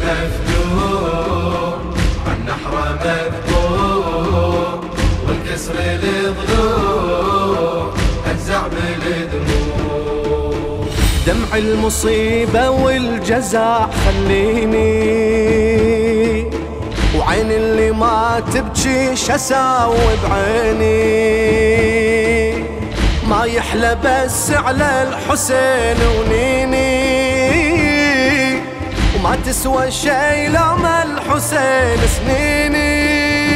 مفتوح عالنحر مذبوح والكسر للضلوع أجزع بالدموع. دمع المصيبة والجزع خليني وعين اللي ما تبكي شساوي بعيني ما يحلى بس على الحسين ونيني وما تسوى شي لما الحسين سنيني.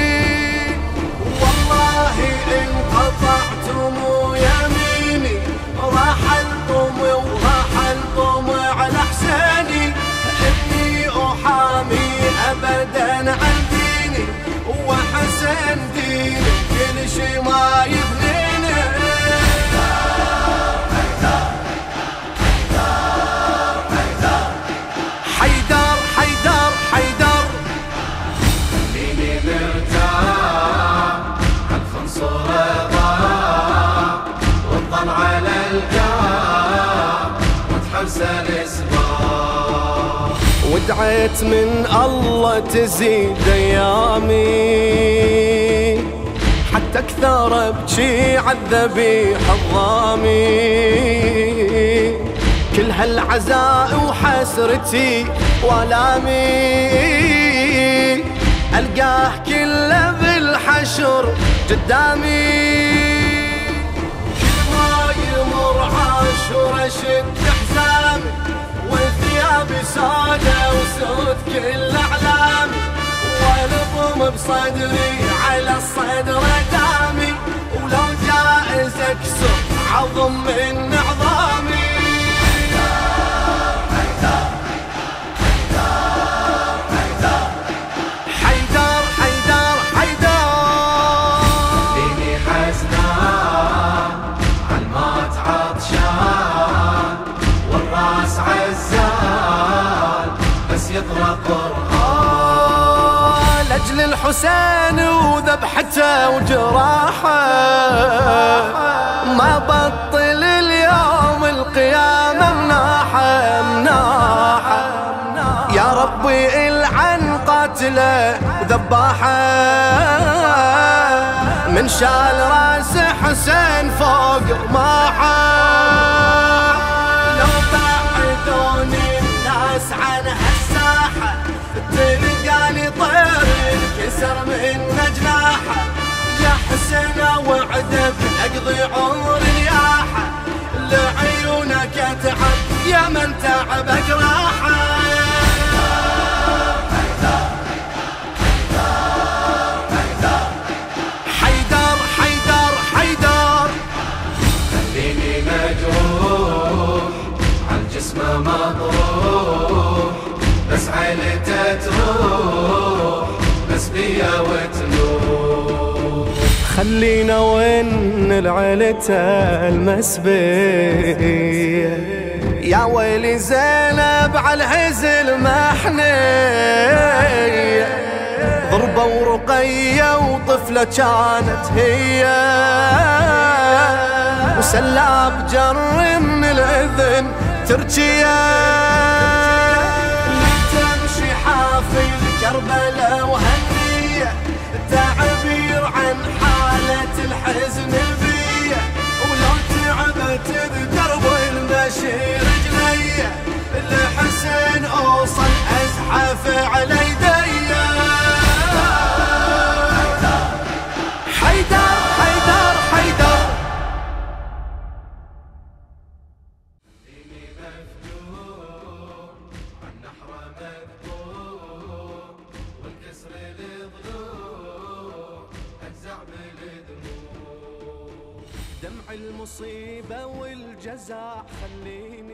والله إن قطعتم يميني راح الطمي وراح الطمي على حسيني إني أحامي أبدا عن ديني وحسن ديني كل شي ما يغنيني. حيدر حيدر حيدر خليني مرتاح عالخنصر ضاع والطن على الجاه وتحبس الاسباب. ودعيت من الله تزيد ايامي حتى اكثر ابكي عالذبيح الضامي كل هالعزاء وحسرتي والامي القاه كله بالحشر قدامي. كل ما يمر عاشور اشد حزامي وثيابي سادة وسود كل اعلامي والضم بصدري على الصدر دامي ولو جائز اكسر عظم من عظامي. حيدر حيدر حيدر خليني حزنان عالمات عطشان والراس عزال بس يقرأ قرآن لأجل الحسين وذبحته وجراحه ما بطل اليوم القيامة مناحة مناحة. يا ربي العن قاتله وذباحه من شال راس حسين فوق رماحه. لو بعدوني الناس عن هالساحة تلقاني طير انكسر من جناحه. يا حسين وعدك اقضي عمر نياحه لعيونك اتعب يا من تعبك راحه. حيدر حيدر حيدر خليني مجروح عالجسم مطروح بس عيلته تروح بس بيا وتنوح. خلينا وين العيلة المسبية يا ويلي زينب عالهزل محنية ضربة ورقية وطفلة كانت هي وسلاب جر من الإذن ترجية تمشي حافي كربلاء وهنية تعبير عن حالة الحزن البية ولو تعبت بدرب المشي رجلية لحسين أوصل أزحف على يديا. حيدر حيدر حيدر خليني مفتوح عالنحر مذبوح والكسر للضلوع أجزع بالدموع. دمع المصيبة والجزع خليني